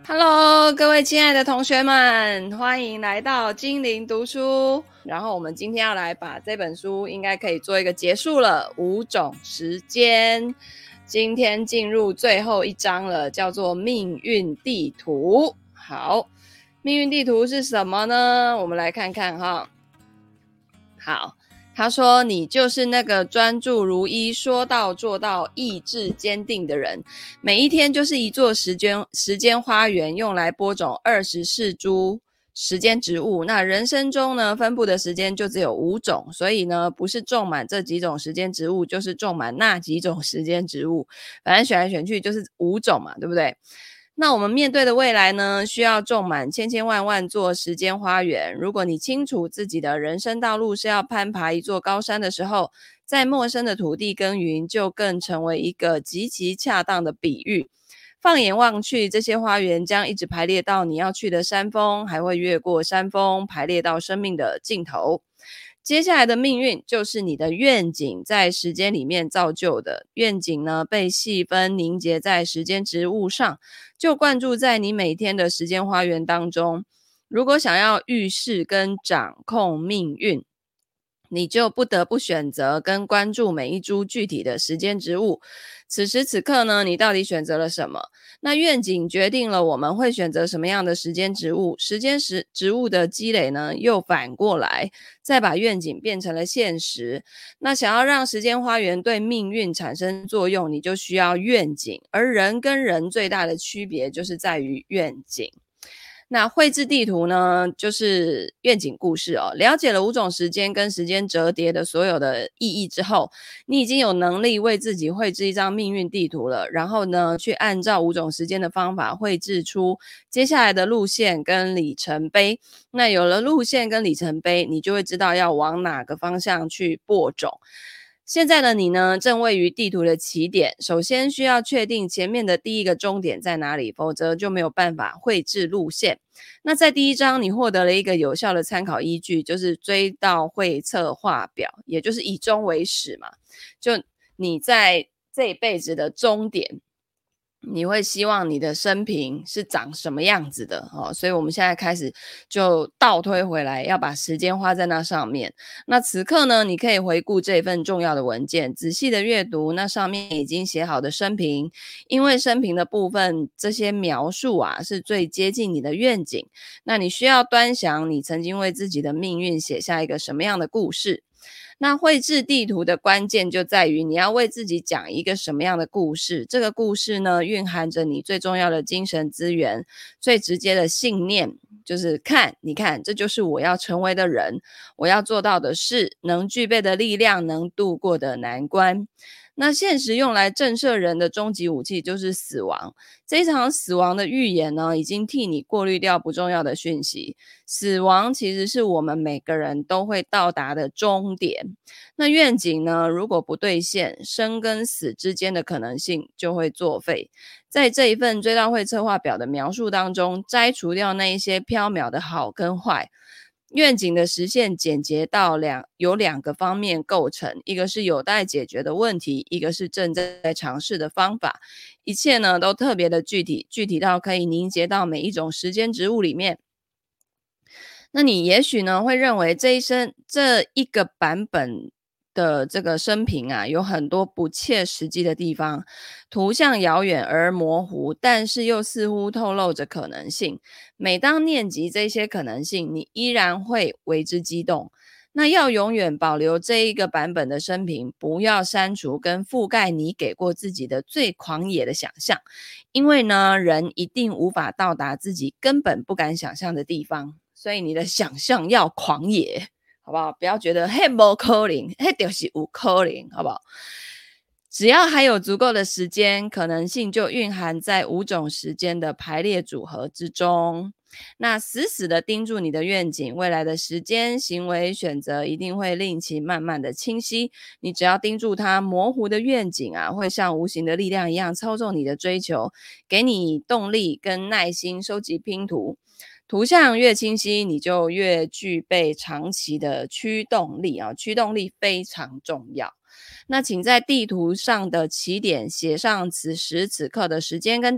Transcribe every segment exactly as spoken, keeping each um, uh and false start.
Hello，各位亲爱的同学们，欢迎来到精灵读书。然后我们今天要来把这本书应该可以做一个结束了，五种时间。今天进入最后一章了，叫做命运地图。好，命运地图是什么呢？我们来看看哈。好。他说你就是那个专注如一说到做到意志坚定的人，每一天就是一座时间时间花园，用来播种二十四株时间植物。那人生中呢分布的时间就只有五种，所以呢不是种满这几种时间植物，就是种满那几种时间植物，反正选来选去就是五种嘛，对不对？那我们面对的未来呢，需要种满千千万万座时间花园。如果你清楚自己的人生道路是要攀爬一座高山的时候，在陌生的土地耕耘就更成为一个极其恰当的比喻。放眼望去，这些花园将一直排列到你要去的山峰，还会越过山峰，排列到生命的尽头。接下来的命运就是你的愿景在时间里面造就的。愿景呢，被细分凝结在时间植物上，就灌注在你每天的时间花园当中。如果想要预示跟掌控命运，你就不得不选择跟关注每一株具体的时间植物。此时此刻呢，你到底选择了什么？那愿景决定了我们会选择什么样的时间植物，时间时植物的积累呢，又反过来再把愿景变成了现实。那想要让时间花园对命运产生作用，你就需要愿景，而人跟人最大的区别就是在于愿景。那绘制地图呢，就是愿景故事哦。了解了五种时间跟时间折叠的所有的意义之后，你已经有能力为自己绘制一张命运地图了。然后呢，去按照五种时间的方法绘制出接下来的路线跟里程碑。那有了路线跟里程碑，你就会知道要往哪个方向去播种。现在的你呢，正位于地图的起点，首先需要确定前面的第一个终点在哪里，否则就没有办法绘制路线。那在第一章，你获得了一个有效的参考依据，就是追悼会策划表，也就是以终为始嘛。就你在这一辈子的终点，你会希望你的生平是长什么样子的哦，所以我们现在开始就倒推回来，要把时间花在那上面。那此刻呢，你可以回顾这份重要的文件，仔细的阅读那上面已经写好的生平，因为生平的部分这些描述啊是最接近你的愿景。那你需要端详你曾经为自己的命运写下一个什么样的故事。那绘制地图的关键就在于你要为自己讲一个什么样的故事，这个故事呢，蕴含着你最重要的精神资源，最直接的信念，就是看，你看，这就是我要成为的人，我要做到的事，能具备的力量，能度过的难关。那现实用来震慑人的终极武器就是死亡。这一场死亡的预言呢，已经替你过滤掉不重要的讯息。死亡其实是我们每个人都会到达的终点。那愿景呢，如果不兑现，生跟死之间的可能性就会作废。在这一份追悼会策划表的描述当中，摘除掉那一些缥缈的好跟坏。愿景的实现简洁到两有两个方面构成，一个是有待解决的问题，一个是正在尝试的方法。一切呢都特别的具体，具体到可以凝结到每一种时间植物里面。那你也许呢会认为这一生这一个版本的这个生平啊，有很多不切实际的地方，图像遥远而模糊，但是又似乎透露着可能性。每当念及这些可能性，你依然会为之激动。那要永远保留这一个版本的生平，不要删除跟覆盖你给过自己的最狂野的想象，因为呢，人一定无法到达自己根本不敢想象的地方，所以你的想象要狂野。好不好？不要觉得嘿没可能，嘿就是有可能，好不好？只要还有足够的时间，可能性就蕴含在五种时间的排列组合之中。那死死的盯住你的愿景，未来的时间、行为、选择一定会令其慢慢的清晰。你只要盯住它，模糊的愿景啊，会像无形的力量一样操纵你的追求，给你动力跟耐心收集拼图。图像越清晰，你就越具备长期的驱动力啊！驱动力非常重要。那请在地图上的起点写上此时此刻的时间跟地点，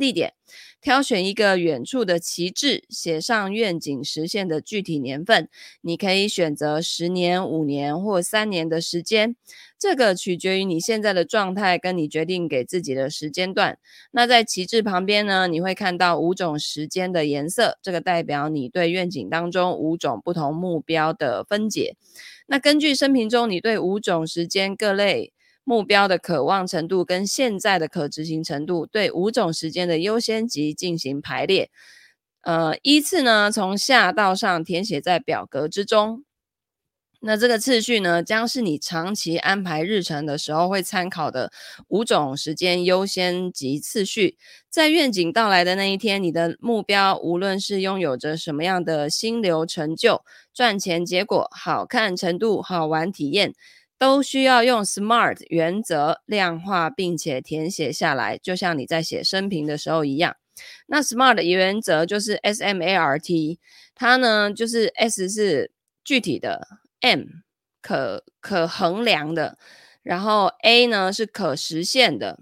挑选一个远处的旗帜，写上愿景实现的具体年份。你可以选择十年、五年或三年的时间，这个取决于你现在的状态跟你决定给自己的时间段。那在旗帜旁边呢，你会看到五种时间的颜色，这个代表你对愿景当中五种不同目标的分解。那根据生平中你对五种时间各类目标的渴望程度跟现在的可执行程度，对五种时间的优先级进行排列。呃，依次呢从下到上填写在表格之中。那这个次序呢，将是你长期安排日程的时候会参考的五种时间优先级次序。在愿景到来的那一天，你的目标无论是拥有着什么样的心流成就、赚钱结果、好看程度、好玩体验，都需要用 SMART 原则量化并且填写下来，就像你在写生平的时候一样。那 SMART 的原则就是 S M A R T， 它呢就是 S 是具体的， M 可可衡量的，然后 A 呢是可实现的，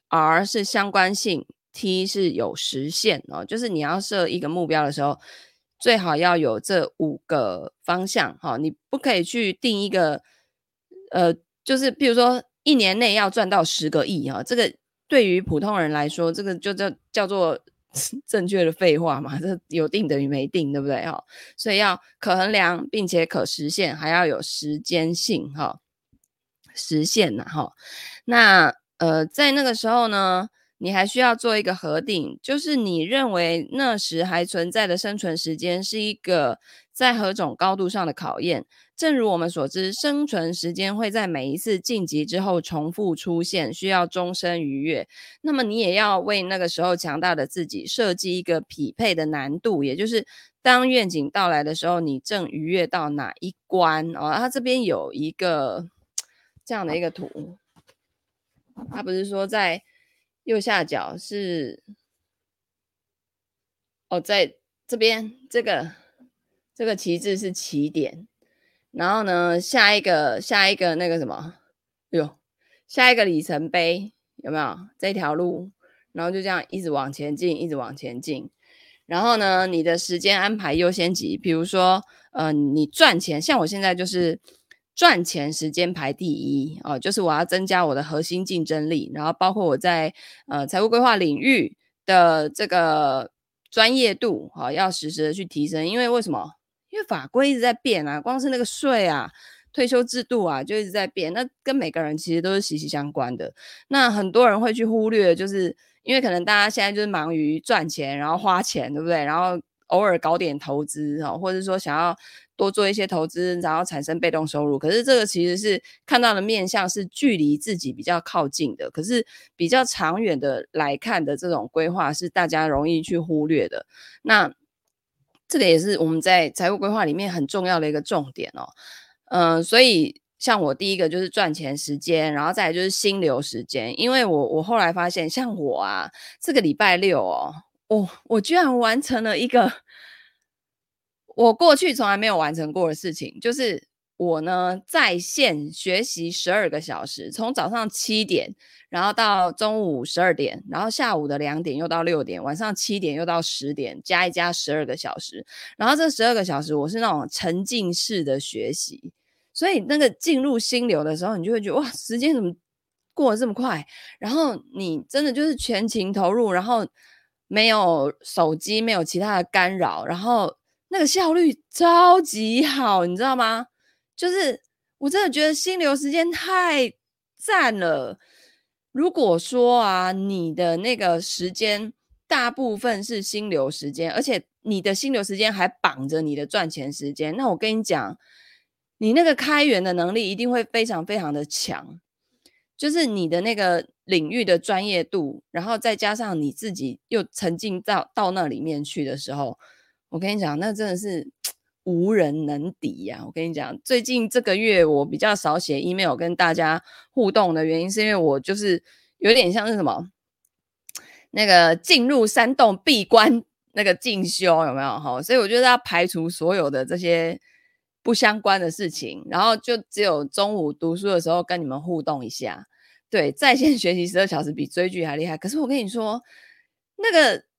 R 是相关性， T 是有实现哦。就是你要设一个目标的时候，最好要有这五个方向哈、哦，你不可以去定一个呃，就是比如说一年内要赚到十个亿哈、哦，这个对于普通人来说，这个就叫叫做正确的废话嘛，这有定等于没定，对不对哈？所以要可衡量，并且可实现，还要有时间性哈，实现呐哈。那呃，在那个时候呢，你还需要做一个核定，就是你认为那时还存在的生存时间是一个在何种高度上的考验。正如我们所知，生存时间会在每一次晋级之后重复出现，需要终身逾越。那么你也要为那个时候强大的自己设计一个匹配的难度，也就是当愿景到来的时候，你正逾越到哪一关哦。它这边有一个这样的一个图，它不是说在右下角是哦，在这边这个这个旗帜是起点。然后呢，下一个下一个那个什么，哟，下一个里程碑有没有这条路？然后就这样一直往前进，一直往前进。然后呢，你的时间安排优先级，比如说，呃，你赚钱，像我现在就是赚钱时间排第一哦，就是我要增加我的核心竞争力，然后包括我在呃财务规划领域的这个专业度，好、哦，要实时的去提升。因为为什么？因为法规一直在变啊，光是那个税啊、退休制度啊，就一直在变，那跟每个人其实都是息息相关的。那很多人会去忽略，就是因为可能大家现在就是忙于赚钱，然后花钱，对不对？然后偶尔搞点投资哦，或者说想要多做一些投资，然后产生被动收入。可是这个其实是看到的面向是距离自己比较靠近的，可是比较长远的来看的这种规划是大家容易去忽略的。那这个也是我们在财务规划里面很重要的一个重点哦。嗯、呃，所以像我第一个就是赚钱时间，然后再来就是心流时间。因为我我后来发现，像我啊，这个礼拜六哦，我我居然完成了一个我过去从来没有完成过的事情，就是我呢在线学习十二个小时，从早上七点，然后到中午十二点，然后下午的两点又到六点，晚上七点又到十点，加一加十二个小时。然后这十二个小时我是那种沉浸式的学习，所以那个进入心流的时候，你就会觉得哇，时间怎么过得这么快？然后你真的就是全情投入，然后没有手机，没有其他的干扰，然后那个效率超级好，你知道吗？就是我真的觉得心流时间太赞了。如果说啊，你的那个时间大部分是心流时间，而且你的心流时间还绑着你的赚钱时间，那我跟你讲，你那个开源的能力一定会非常非常的强。就是你的那个领域的专业度，然后再加上你自己又沉浸到到那里面去的时候，我跟你讲，那真的是无人能敌呀、啊！我跟你讲，最近这个月我比较少写 email 跟大家互动的原因，是因为我就是有点像是什么，那个进入山洞闭关那个进修有没有哈？所以我觉得要排除所有的这些不相关的事情，然后就只有中午读书的时候跟你们互动一下。对，在线学习十二小时比追剧还厉害。可是我跟你说，那个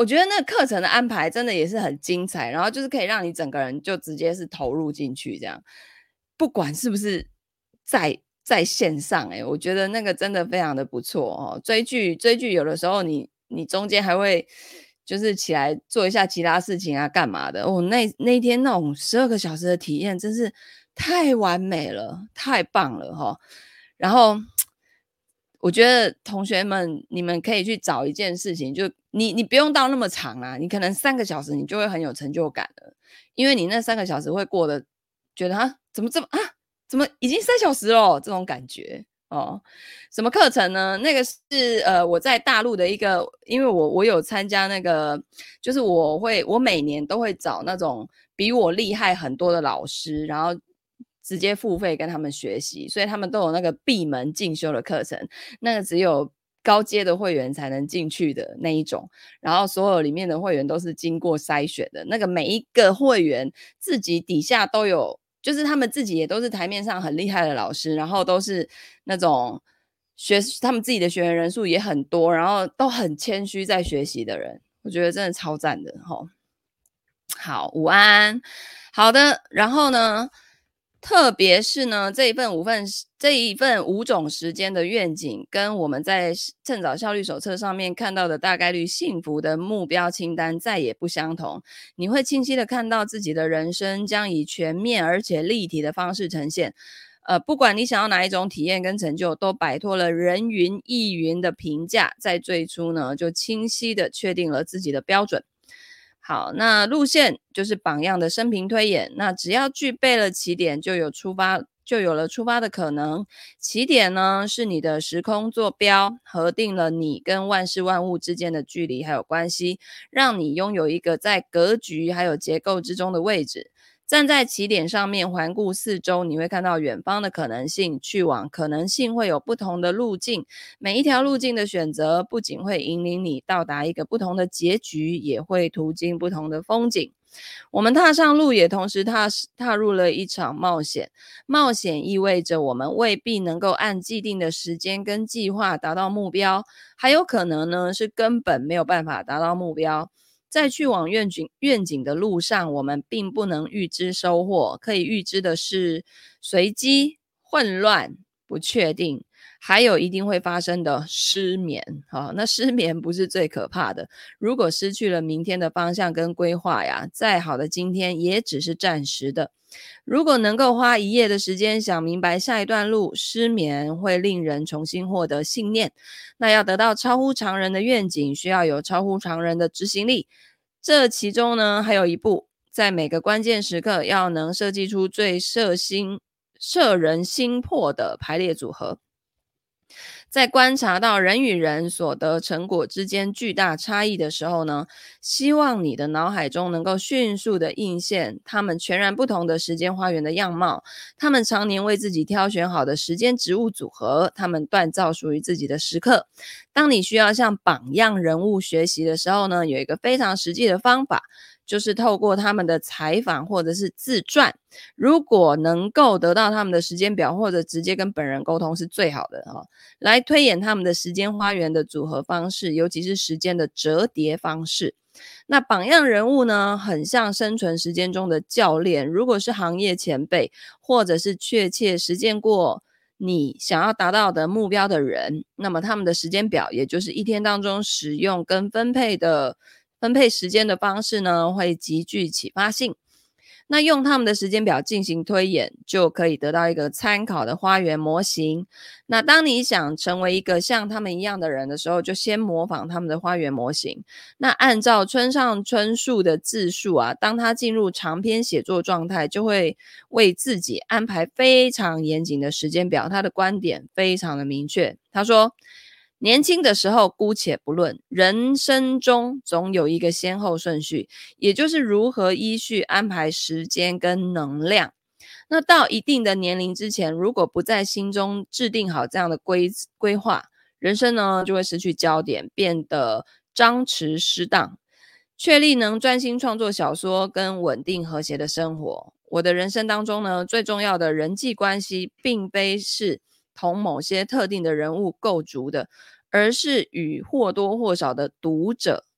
我觉得那个课程的安排真的也是很精彩，然后就是可以让你整个人就直接是投入进去这样，不管是不是在在线上、欸，我觉得那个真的非常的不错哦。追剧追剧有的时候你你中间还会就是起来做一下其他事情啊，干嘛的？哦，那那一天那种十二个小时的体验真是太完美了，太棒了哈、哦。然后我觉得同学们，你们可以去找一件事情，就你你不用到那么长啊，你可能三个小时你就会很有成就感了，因为你那三个小时会过得觉得啊，怎么这么啊，怎么已经三小时了这种感觉哦。什么课程呢？那个是呃我在大陆的一个，因为我我有参加那个，就是我会我每年都会找那种比我厉害很多的老师，然后直接付费跟他们学习，所以他们都有那个闭门进修的课程，那个只有高阶的会员才能进去的那一种，然后所有里面的会员都是经过筛选的，那个每一个会员自己底下都有，就是他们自己也都是台面上很厉害的老师，然后都是那种学他们自己的学员人数也很多，然后都很谦虚在学习的人，我觉得真的超赞的齁。好，午安。好的，然后呢，特别是呢，这一份五份这一份五种时间的愿景，跟我们在趁早效率手册上面看到的大概率幸福的目标清单再也不相同。你会清晰的看到自己的人生将以全面而且立体的方式呈现。呃，不管你想要哪一种体验跟成就，都摆脱了人云亦云的评价，在最初呢，就清晰的确定了自己的标准。好，那路线就是榜样的生平推演。那只要具备了起点，就有出发，就有了出发的可能。起点呢，是你的时空坐标，核定了你跟万事万物之间的距离还有关系，让你拥有一个在格局还有结构之中的位置。站在起点上面环顾四周，你会看到远方的可能性，去往可能性会有不同的路径。每一条路径的选择，不仅会引领你到达一个不同的结局，也会途经不同的风景。我们踏上路，也同时踏踏入了一场冒险。冒险意味着我们未必能够按既定的时间跟计划达到目标，还有可能呢是根本没有办法达到目标。在去往愿景愿景的路上，我们并不能预知收获，可以预知的是随机、混乱、不确定，还有一定会发生的失眠。好，那失眠不是最可怕的，如果失去了明天的方向跟规划呀，再好的今天也只是暂时的。如果能够花一夜的时间想明白下一段路，失眠会令人重新获得信念。那要得到超乎常人的愿景，需要有超乎常人的执行力。这其中呢，还有一步，在每个关键时刻要能设计出最摄心、摄人心魄的排列组合。在观察到人与人所得成果之间巨大差异的时候呢，希望你的脑海中能够迅速的映现他们全然不同的时间花园的样貌，他们常年为自己挑选好的时间植物组合，他们锻造属于自己的时刻。当你需要向榜样人物学习的时候呢，有一个非常实际的方法，就是透过他们的采访或者是自传，如果能够得到他们的时间表，或者直接跟本人沟通是最好的哦，来推演他们的时间花园的组合方式，尤其是时间的折叠方式。那榜样人物呢，很像生存时间中的教练，如果是行业前辈，或者是确切实践过你想要达到的目标的人，那么他们的时间表，也就是一天当中使用跟分配的分配时间的方式呢，会极具启发性。那用他们的时间表进行推演，就可以得到一个参考的花园模型。那当你想成为一个像他们一样的人的时候，就先模仿他们的花园模型。那按照村上春树的自述啊，当他进入长篇写作状态，就会为自己安排非常严谨的时间表。他的观点非常的明确，他说，年轻的时候姑且不论，人生中总有一个先后顺序，也就是如何依序安排时间跟能量。那到一定的年龄之前，如果不在心中制定好这样的规规划，人生呢就会失去焦点，变得张弛失当。确立能专心创作小说跟稳定和谐的生活。我的人生当中呢，最重要的人际关系，并非是同某些特定的人物构筑的，而是与或多或少的读者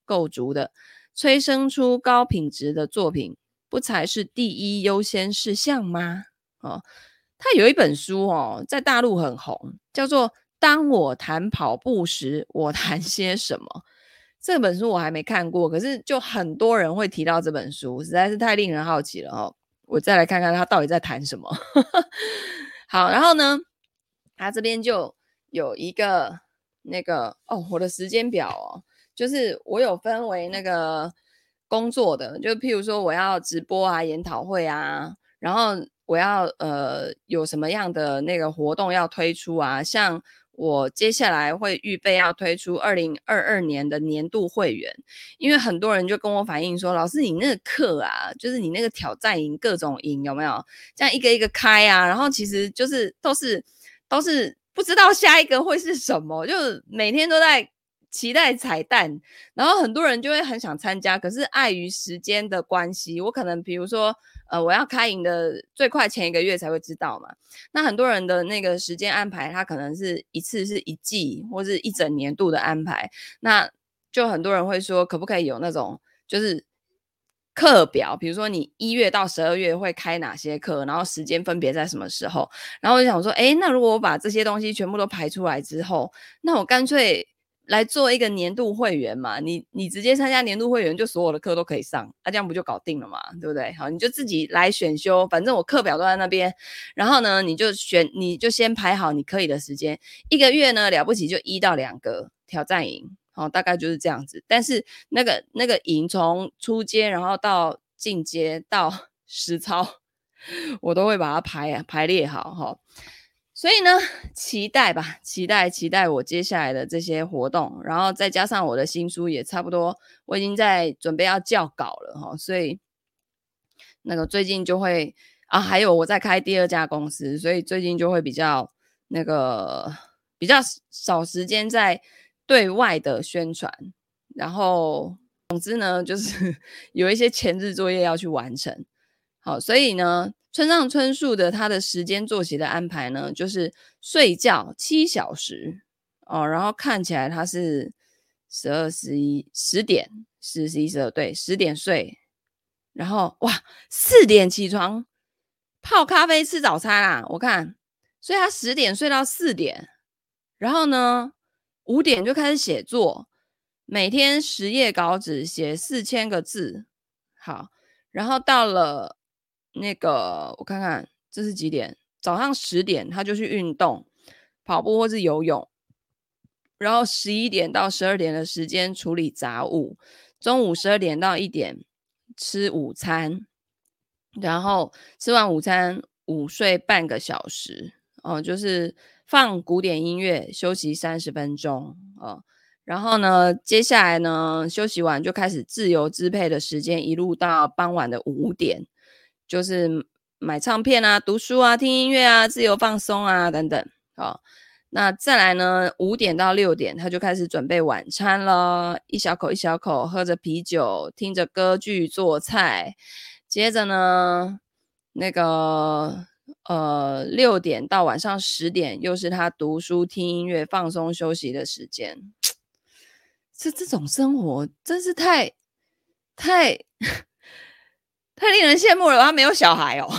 构筑的，催生出高品质的作品，不才是第一优先事项吗？哦，他有一本书哦，在大陆很红，叫做《当我谈跑步时，我谈些什么》。这本书我还没看过，可是就很多人会提到这本书，实在是太令人好奇了哦。我再来看看他到底在谈什么。好，然后呢，他这边就有一个那个哦，我的时间表哦，就是我有分为那个工作的，就譬如说我要直播啊、研讨会啊，然后我要呃有什么样的那个活动要推出啊，像我接下来会预备要推出二零二二年的年度会员，因为很多人就跟我反映说，老师你那个课啊，就是你那个挑战营各种营有没有这样一个一个开啊，然后其实就是都是都是不知道下一个会是什么，就是每天都在期待彩蛋，然后很多人就会很想参加，可是碍于时间的关系，我可能比如说呃我要开营的最快前一个月才会知道嘛，那很多人的那个时间安排他可能是一次是一季或是一整年度的安排，那就很多人会说可不可以有那种就是课表，比如说你一月到十二月会开哪些课，然后时间分别在什么时候，然后我就想说诶，那如果我把这些东西全部都排出来之后，那我干脆来做一个年度会员嘛，你你直接参加年度会员就所有的课都可以上，那、啊、这样不就搞定了嘛，对不对？好，你就自己来选修，反正我课表都在那边，然后呢你就选你就先排好你可以的时间，一个月呢了不起就一到两个挑战营，好，大概就是这样子。但是那个那个营从初阶然后到进阶到实操，我都会把它排排列好哈。所以呢，期待吧，期待期待我接下来的这些活动，然后再加上我的新书也差不多，我已经在准备要校稿了哈，所以那个最近就会啊，还有我在开第二家公司，所以最近就会比较那个比较少时间在对外的宣传，然后总之呢，就是有一些前置作业要去完成。好，所以呢，村上春树的他的时间作息的安排呢，就是睡觉七小时哦，然后看起来他是十二、十一、十点、十、十一、十二，对，十点睡，然后哇，四点起床泡咖啡吃早餐啊，我看，所以他十点睡到四点，然后呢，五点就开始写作，每天十页稿纸写四千个字，好，然后到了那个我看看这是几点？早上十点他就去运动，跑步或是游泳，然后十一点到十二点的时间处理杂物，中午十二点到一点吃午餐，然后吃完午餐午睡半个小时，哦，就是放古典音乐休息三十分钟，哦，然后呢，接下来呢，休息完就开始自由支配的时间，一路到傍晚的五点，就是买唱片啊、读书啊、听音乐啊、自由放松啊等等。好，那再来呢，五点到六点他就开始准备晚餐了，一小口一小口喝着啤酒，听着歌剧做菜。接着呢，那个呃六点到晚上十点又是他读书、听音乐、放松休息的时间。这这种生活真是太太太令人羡慕了，他没有小孩哦。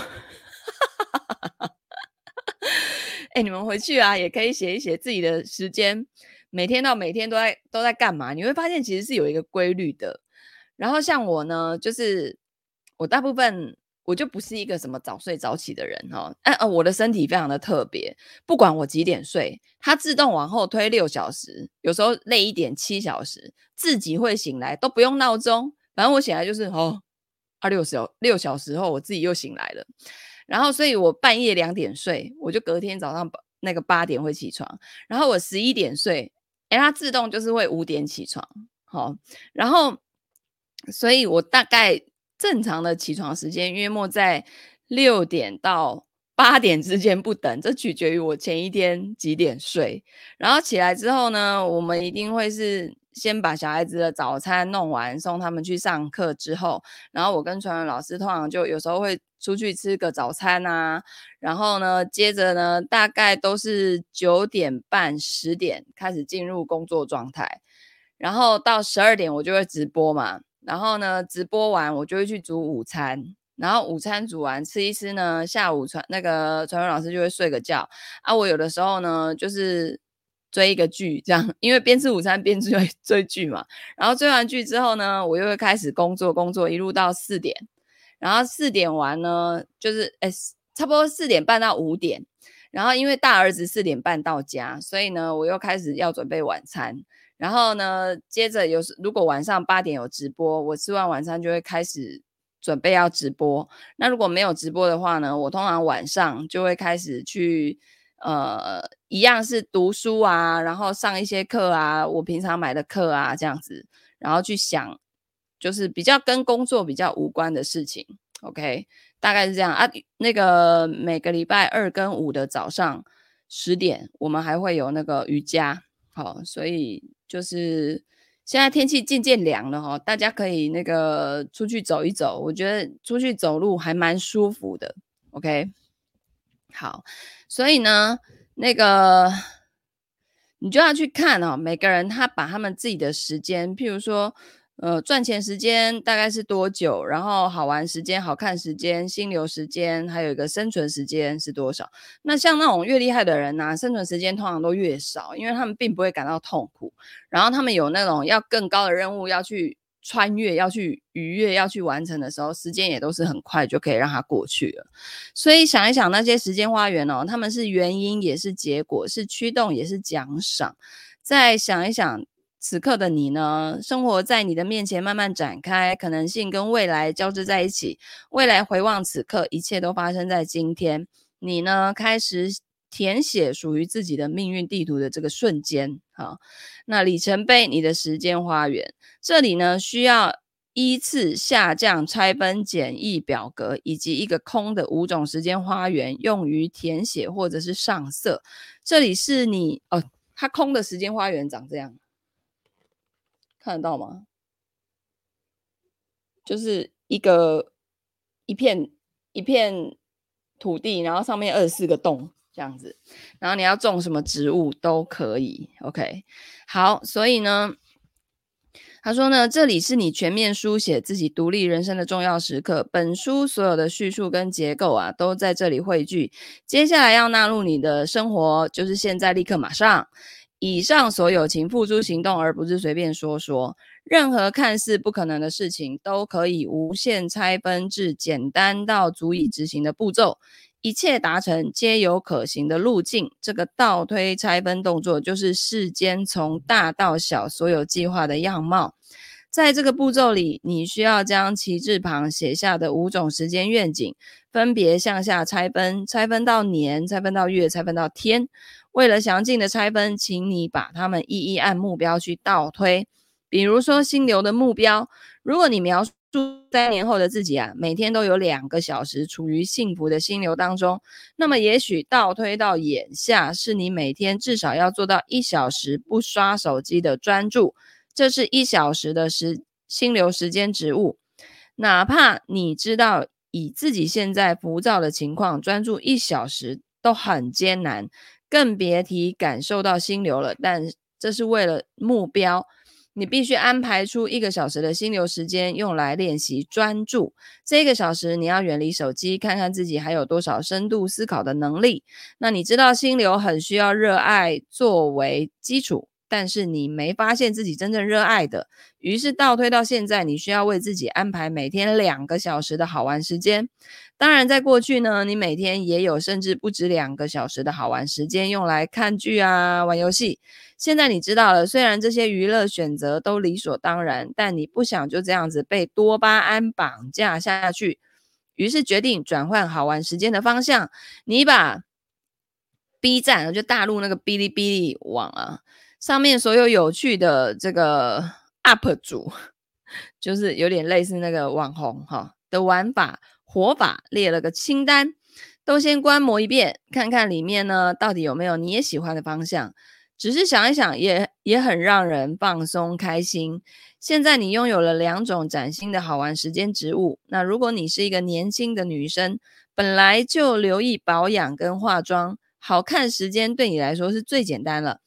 哎、欸，你们回去啊，也可以写一写自己的时间，每天到每天都在都在干嘛？你会发现其实是有一个规律的。然后像我呢，就是我大部分我就不是一个什么早睡早起的人哈、哦。哎、呃，我的身体非常的特别，不管我几点睡，它自动往后推六小时，有时候累一点七小时，自己会醒来，都不用闹钟。反正我醒来就是哦，二六小六小时后我自己又醒来了。然后，所以我半夜两点睡，我就隔天早上那个八点会起床。然后我十一点睡，哎，它自动就是会五点起床。好、哦，然后，所以我大概正常的起床时间约莫在六点到八点之间不等，这取决于我前一天几点睡。然后起来之后呢，我们一定会是先把小孩子的早餐弄完，送他们去上课之后，然后我跟传文老师通常就有时候会出去吃个早餐啊，然后呢，接着呢，大概都是九点半、十点开始进入工作状态。 然后到十二点我就会直播嘛，然后呢直播完我就会去煮午餐，然后午餐煮完吃一吃呢，下午传那个传文老师就会睡个觉啊。我有的时候呢就是追一个剧这样，因为边吃午餐边追追剧嘛。然后追完剧之后呢，我又会开始工作，工作一路到四点，然后四点完呢，就是诶差不多四点半到五点。然后因为大儿子四点半到家，所以呢我又开始要准备晚餐。然后呢，接着有时如果晚上八点有直播，我吃完晚餐就会开始准备要直播。那如果没有直播的话呢，我通常晚上就会开始去呃，一样是读书啊，然后上一些课啊，我平常买的课啊这样子，然后去想就是比较跟工作比较无关的事情。 OK， 大概是这样啊。那个每个礼拜二跟五的早上十点我们还会有那个瑜伽。好，所以就是现在天气渐渐凉了齁，大家可以那个出去走一走，我觉得出去走路还蛮舒服的。 OK， 好，所以呢那个你就要去看哦，每个人他把他们自己的时间，譬如说呃，赚钱时间大概是多久，然后好玩时间、好看时间、心流时间，还有一个生存时间是多少。那像那种越厉害的人啊，生存时间通常都越少，因为他们并不会感到痛苦，然后他们有那种要更高的任务要去穿越，要去逾越，要去完成的时候，时间也都是很快就可以让它过去了。所以想一想那些时间花园哦，他们是原因也是结果，是驱动也是奖赏。再想一想此刻的你呢，生活在你的面前慢慢展开，可能性跟未来交织在一起，未来回望此刻，一切都发生在今天。你呢开始填写属于自己的命运地图的这个瞬间。好，那里程碑你的时间花园，这里呢需要依次下降拆分简易表格以及一个空的五种时间花园，用于填写或者是上色。这里是你哦，它空的时间花园长这样，看得到吗？就是一个一片一片土地，然后上面二十四个洞这样子，然后你要种什么植物都可以。 OK， 好，所以呢他说呢，这里是你全面书写自己独立人生的重要时刻，本书所有的叙述跟结构啊都在这里汇聚，接下来要纳入你的生活，就是现在立刻马上。以上所有请付诸行动，而不是随便说说。任何看似不可能的事情都可以无限拆分至简单到足以执行的步骤，一切达成皆有可行的路径。这个倒推拆分动作就是世间从大到小所有计划的样貌。在这个步骤里，你需要将旗帜旁写下的五种时间愿景分别向下拆分，拆分到年，拆分到月，拆分到天。为了详尽的拆分，请你把它们一一按目标去倒推。比如说心流的目标，如果你描述三年后的自己啊，每天都有两个小时处于幸福的心流当中，那么也许倒推到眼下，是你每天至少要做到一小时不刷手机的专注，这是一小时的时心流时间植物。哪怕你知道以自己现在浮躁的情况专注一小时都很艰难，更别提感受到心流了，但这是为了目标，你必须安排出一个小时的心流时间用来练习专注。这一个小时你要远离手机，看看自己还有多少深度思考的能力。那你知道心流很需要热爱作为基础，但是你没发现自己真正热爱的，于是倒推到现在，你需要为自己安排每天两个小时的好玩时间。当然在过去呢，你每天也有甚至不止两个小时的好玩时间用来看剧啊，玩游戏。现在你知道了，虽然这些娱乐选择都理所当然，但你不想就这样子被多巴胺绑架下去，于是决定转换好玩时间的方向。你把 B 站，就大陆那个哔哩哔哩网啊，上面所有有趣的这个 U P 主，就是有点类似那个网红哈的玩法活法列了个清单，都先观摩一遍，看看里面呢到底有没有你也喜欢的方向。只是想一想也也很让人放松开心。现在你拥有了两种崭新的好玩时间植物，那如果你是一个年轻的女生，本来就留意保养跟化妆，好看时间对你来说是最简单了。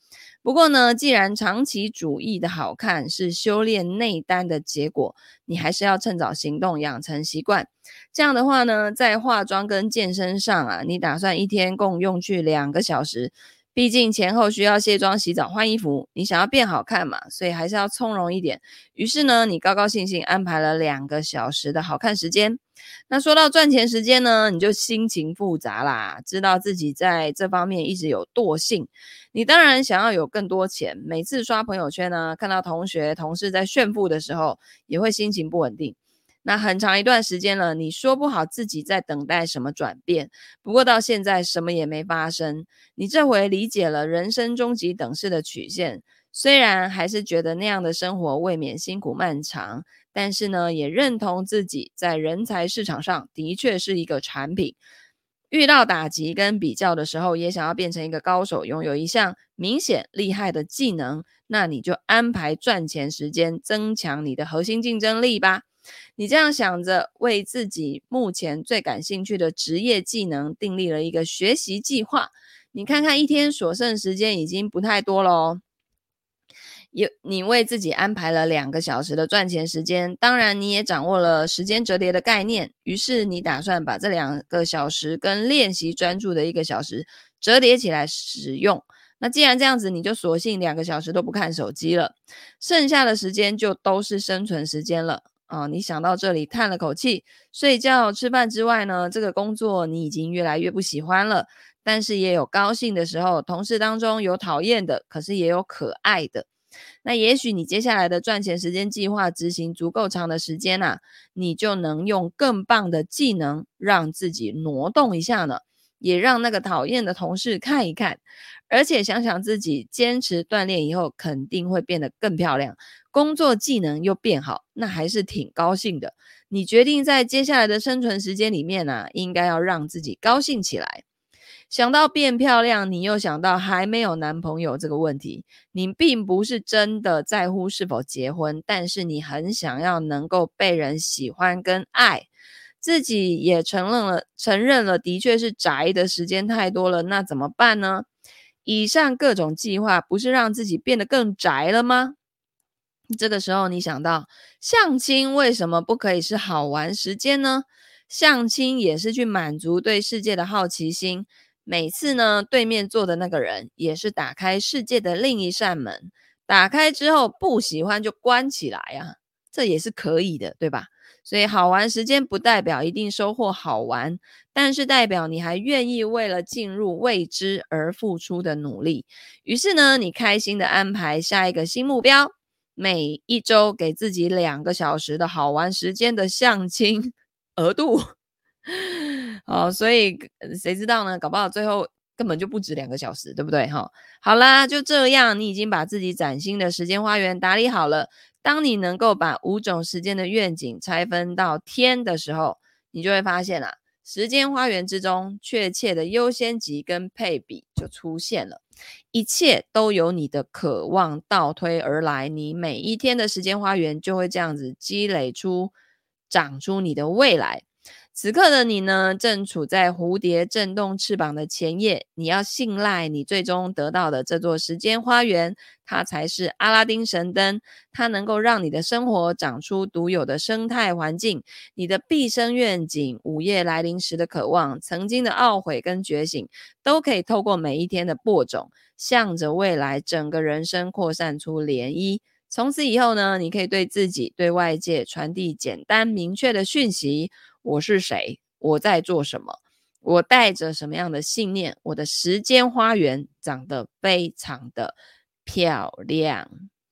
不过呢，既然长期主义的好看是修炼内丹的结果，你还是要趁早行动，养成习惯。这样的话呢，在化妆跟健身上啊，你打算一天共用去两个小时，毕竟前后需要卸妆、洗澡、换衣服，你想要变好看嘛，所以还是要从容一点。于是呢，你高高兴兴安排了两个小时的好看时间。那说到赚钱时间呢，你就心情复杂啦，知道自己在这方面一直有惰性。你当然想要有更多钱，每次刷朋友圈呢，看到同学、同事在炫富的时候，也会心情不稳定。那很长一段时间了，你说不好自己在等待什么转变，不过到现在什么也没发生。你这回理解了人生终极等式的曲线，虽然还是觉得那样的生活未免辛苦漫长，但是呢，也认同自己在人才市场上的确是一个产品。遇到打击跟比较的时候，也想要变成一个高手，拥有一项明显厉害的技能，那你就安排赚钱时间，增强你的核心竞争力吧。你这样想着，为自己目前最感兴趣的职业技能订立了一个学习计划。你看看一天所剩时间已经不太多了哦。有你为自己安排了两个小时的赚钱时间，当然你也掌握了时间折叠的概念，于是你打算把这两个小时跟练习专注的一个小时折叠起来使用。那既然这样子，你就索性两个小时都不看手机了，剩下的时间就都是生存时间了。啊，你想到这里叹了口气，睡觉、吃饭之外呢，这个工作你已经越来越不喜欢了，但是也有高兴的时候，同事当中有讨厌的，可是也有可爱的。那也许你接下来的赚钱时间计划执行足够长的时间啊，你就能用更棒的技能让自己挪动一下呢，也让那个讨厌的同事看一看，而且想想自己坚持锻炼以后肯定会变得更漂亮，工作技能又变好，那还是挺高兴的。你决定在接下来的生存时间里面啊，应该要让自己高兴起来。想到变漂亮，你又想到还没有男朋友这个问题，你并不是真的在乎是否结婚，但是你很想要能够被人喜欢跟爱，自己也承认了，承认了的确是宅的时间太多了，那怎么办呢？以上各种计划不是让自己变得更宅了吗？这个时候你想到相亲为什么不可以是好玩时间呢？相亲也是去满足对世界的好奇心，每次呢对面坐的那个人也是打开世界的另一扇门，打开之后不喜欢就关起来啊，这也是可以的，对吧？所以好玩时间不代表一定收获好玩，但是代表你还愿意为了进入未知而付出的努力。于是呢，你开心的安排下一个新目标，每一周给自己两个小时的好玩时间的相亲额度。哦，所以谁知道呢？搞不好最后根本就不止两个小时，对不对？哈，好啦，就这样，你已经把自己崭新的时间花园打理好了。当你能够把五种时间的愿景拆分到天的时候，你就会发现啊，时间花园之中确切的优先级跟配比就出现了。一切都由你的渴望倒推而来，你每一天的时间花园就会这样子积累出、长出你的未来。此刻的你呢，正处在蝴蝶振动翅膀的前夜，你要信赖你最终得到的这座时间花园，它才是阿拉丁神灯，它能够让你的生活长出独有的生态环境。你的毕生愿景、午夜来临时的渴望、曾经的懊悔跟觉醒，都可以透过每一天的播种，向着未来整个人生扩散出涟漪。从此以后呢，你可以对自己、对外界传递简单明确的讯息：我是谁？我在做什么？我带着什么样的信念？我的时间花园长得非常的漂亮。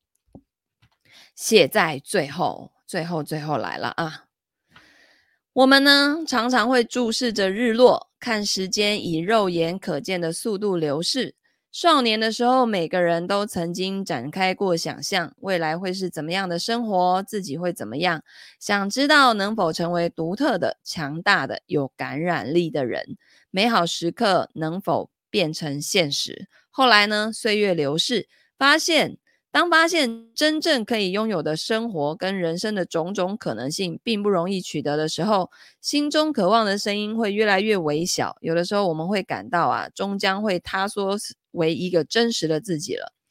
写在最后，最后，最后来了啊！我们呢，常常会注视着日落，看时间以肉眼可见的速度流逝。少年的时候，每个人都曾经展开过想象，未来会是怎么样的生活，自己会怎么样，想知道能否成为独特的、强大的、有感染力的人，美好时刻能否变成现实。后来呢，岁月流逝，发现当发现真正可以拥有的生活跟人生的种种可能性并不容易取得的时候，心中渴望的声音会越来越微小。有的时候我们会感到啊，终将会塌缩为一个真实的自己了。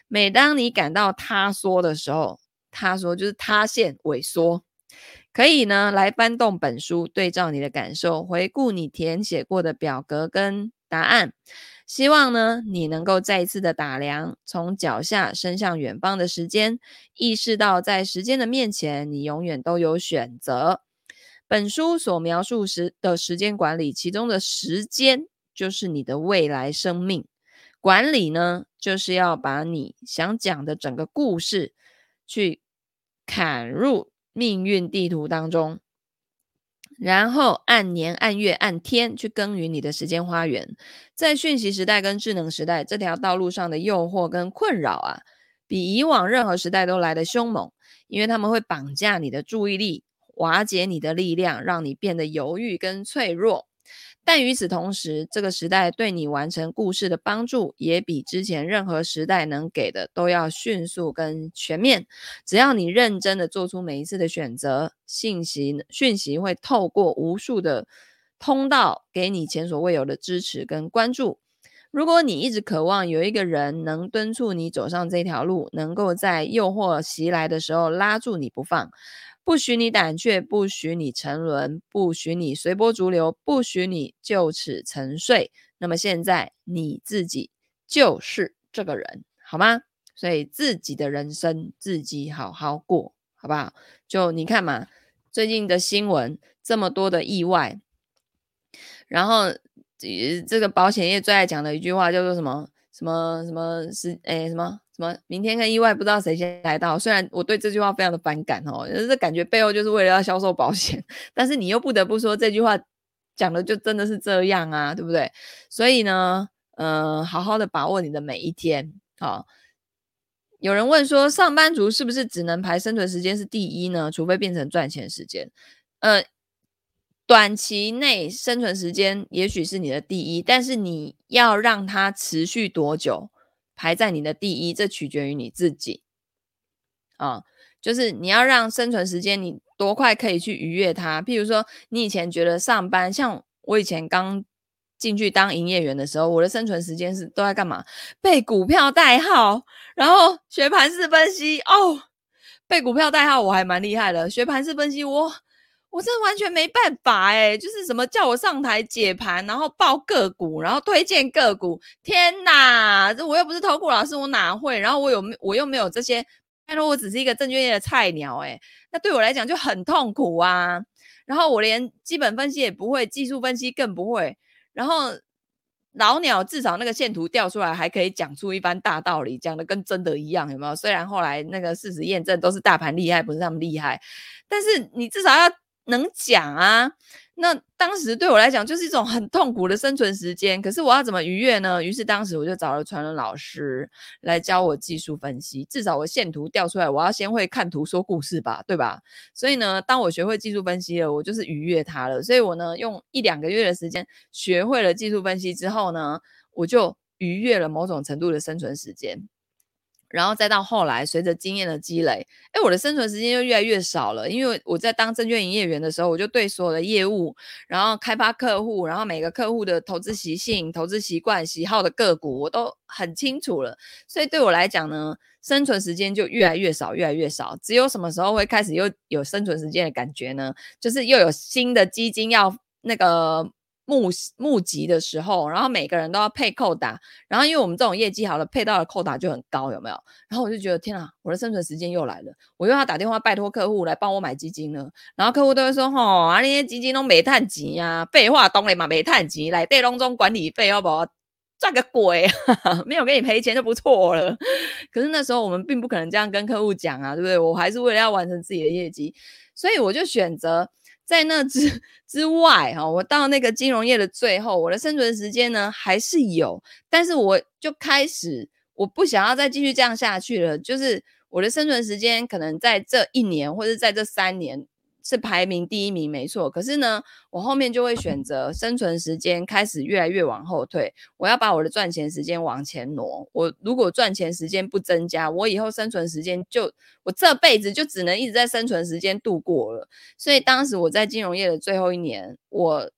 每当你感到塌缩的时候，塌缩就是塌陷、萎缩，可以呢来翻动本书，对照你的感受，回顾你填写过的表格跟答案。希望呢你能够再一次的打量从脚下伸向远方的时间，意识到在时间的面前，你永远都有选择。本书所描述时的时间管理，其中的时间就是你的未来生命。管理呢，就是要把你想讲的整个故事去砍入命运地图当中，然后按年、按月、按天去耕耘你的时间花园。在讯息时代跟智能时代，这条道路上的诱惑跟困扰啊，比以往任何时代都来得凶猛，因为他们会绑架你的注意力，瓦解你的力量，让你变得犹豫跟脆弱。但与此同时，这个时代对你完成故事的帮助，也比之前任何时代能给的都要迅速跟全面。只要你认真的做出每一次的选择，信息讯息会透过无数的通道，给你前所未有的支持跟关注。如果你一直渴望有一个人能敦促你走上这条路，能够在诱惑袭来的时候拉住你不放，不许你胆怯，不许你沉沦，不许你随波逐流，不许你就此沉睡，那么现在你自己就是这个人，好吗？所以自己的人生自己好好过，好不好？就你看嘛，最近的新闻这么多的意外，然后这个保险业最爱讲的一句话叫做什么什么什么是诶什么什么明天跟意外不知道谁先来到。虽然我对这句话非常的反感哦，就是感觉背后就是为了要销售保险，但是你又不得不说这句话讲的就真的是这样啊，对不对？所以呢，呃，好好的把握你的每一天。好，有人问说，上班族是不是只能排生存时间是第一呢？除非变成赚钱时间。呃，短期内生存时间也许是你的第一，但是你要让它持续多久排在你的第一，这取决于你自己啊。就是你要让生存时间你多快可以去逾越它。譬如说，你以前觉得上班，像我以前刚进去当营业员的时候，我的生存时间是都在干嘛？背股票代号，然后学盘势分析哦。背股票代号我还蛮厉害的，学盘势分析我我真的完全没办法哎，就是什么叫我上台解盘，然后报个股，然后推荐个股，天哪，这我又不是投顾老师，我哪会？然后我有我又没有这些，拜托我只是一个证券业的菜鸟哎，那对我来讲就很痛苦啊。然后我连基本分析也不会，技术分析更不会，然后老鸟至少那个线图调出来还可以讲出一番大道理，讲的跟真的一样，有没有？虽然后来那个事实验证都是大盘厉害，不是他们厉害，但是你至少要能讲啊。那当时对我来讲就是一种很痛苦的生存时间，可是我要怎么逾越呢？于是当时我就找了传人老师来教我技术分析，至少我线图调出来，我要先会看图说故事吧，对吧？所以呢，当我学会技术分析了，我就是逾越它了。所以我呢，用一两个月的时间学会了技术分析之后呢，我就逾越了某种程度的生存时间。然后再到后来，随着经验的积累，哎，我的生存时间就越来越少了。因为我在当证券营业员的时候，我就对所有的业务，然后开发客户，然后每个客户的投资习性、投资习惯、喜好的个股，我都很清楚了。所以对我来讲呢，生存时间就越来越少，越来越少。只有什么时候会开始又有生存时间的感觉呢？就是又有新的基金要那个募募集的时候，然后每个人都要配扣打，然后因为我们这种业绩好了，配到的扣打就很高，有没有？然后我就觉得天啊，我的生存时间又来了，我又要打电话拜托客户来帮我买基金了。然后客户都会说，吼，啊，那些基金都没赚钱呀，废话，当然嘛没赚钱，来对拢中管理费要不要赚个鬼啊？没有给你赔钱就不错了。可是那时候我们并不可能这样跟客户讲啊，对不对？我还是为了要完成自己的业绩，所以我就选择在那之之外，我到那个金融业的最后，我的生存时间呢还是有，但是我就开始我不想要再继续这样下去了，就是我的生存时间可能在这一年或者在这三年是排名第一名没错，可是呢我后面就会选择生存时间开始越来越往后退，我要把我的赚钱时间往前挪。我如果赚钱时间不增加，我以后生存时间就我这辈子就只能一直在生存时间度过了。所以当时我在金融业的最后一年，我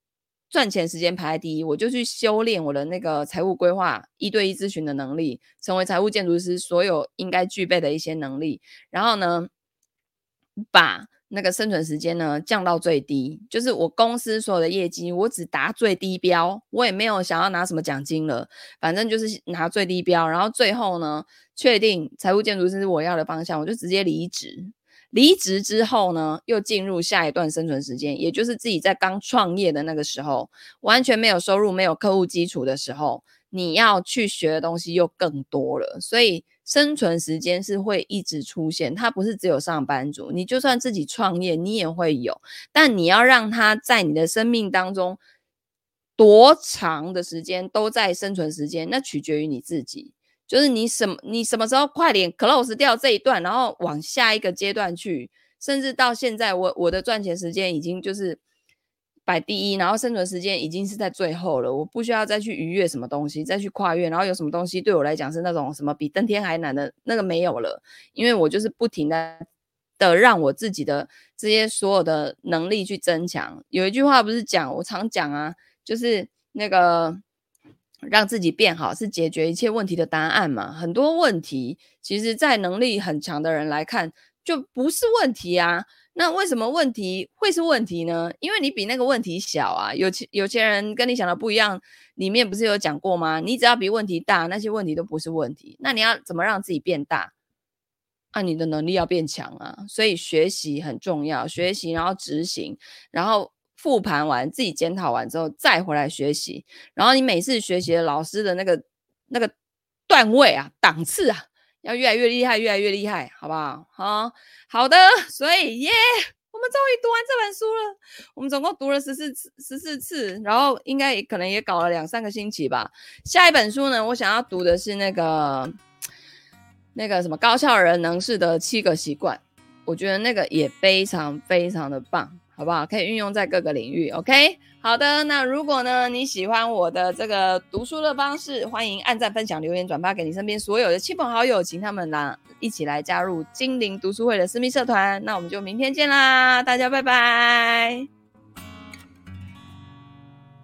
赚钱时间排在第一，我就去修炼我的那个财务规划、一对一咨询的能力，成为财务建筑师所有应该具备的一些能力。然后呢，把那个生存时间呢降到最低，就是我公司所有的业绩，我只达最低标，我也没有想要拿什么奖金了，反正就是拿最低标。然后最后呢，确定财务建筑师是我要的方向，我就直接离职。离职之后呢，又进入下一段生存时间，也就是自己在刚创业的那个时候，完全没有收入、没有客户基础的时候，你要去学的东西又更多了。所以生存时间是会一直出现，它不是只有上班族，你就算自己创业，你也会有，但你要让它在你的生命当中多长的时间都在生存时间，那取决于你自己。就是你什么你什么时候快点 close 掉这一段，然后往下一个阶段去，甚至到现在我我的赚钱时间已经就是摆第一，然后生存时间已经是在最后了，我不需要再去逾越什么东西，再去跨越，然后有什么东西对我来讲是那种什么比登天还难的那个没有了，因为我就是不停的的让我自己的这些所有的能力去增强。有一句话不是讲，我常讲啊，就是那个让自己变好是解决一切问题的答案嘛。很多问题其实在能力很强的人来看就不是问题啊，那为什么问题会是问题呢？因为你比那个问题小啊。有钱有钱人跟你想的不一样，里面不是有讲过吗？你只要比问题大，那些问题都不是问题。那你要怎么让自己变大？啊，你的能力要变强啊。所以学习很重要，学习然后执行，然后复盘完自己检讨完之后再回来学习，然后你每次学习的老师的那个那个段位啊档次啊要越来越厉害越来越厉害，好不好？好好的，所以耶我们终于读完这本书了。我们总共读了十四次十四次，然后应该也可能也搞了两三个星期吧。下一本书呢，我想要读的是那个那个什么高效人能士的七个习惯，我觉得那个也非常非常的棒，好不好？可以运用在各个领域 OK。 好的，那如果呢你喜欢我的这个读书的方式，欢迎按赞分享留言转发给你身边所有的亲朋好友，请他们啦一起来加入精灵读书会的私密社团。那我们就明天见啦，大家拜拜。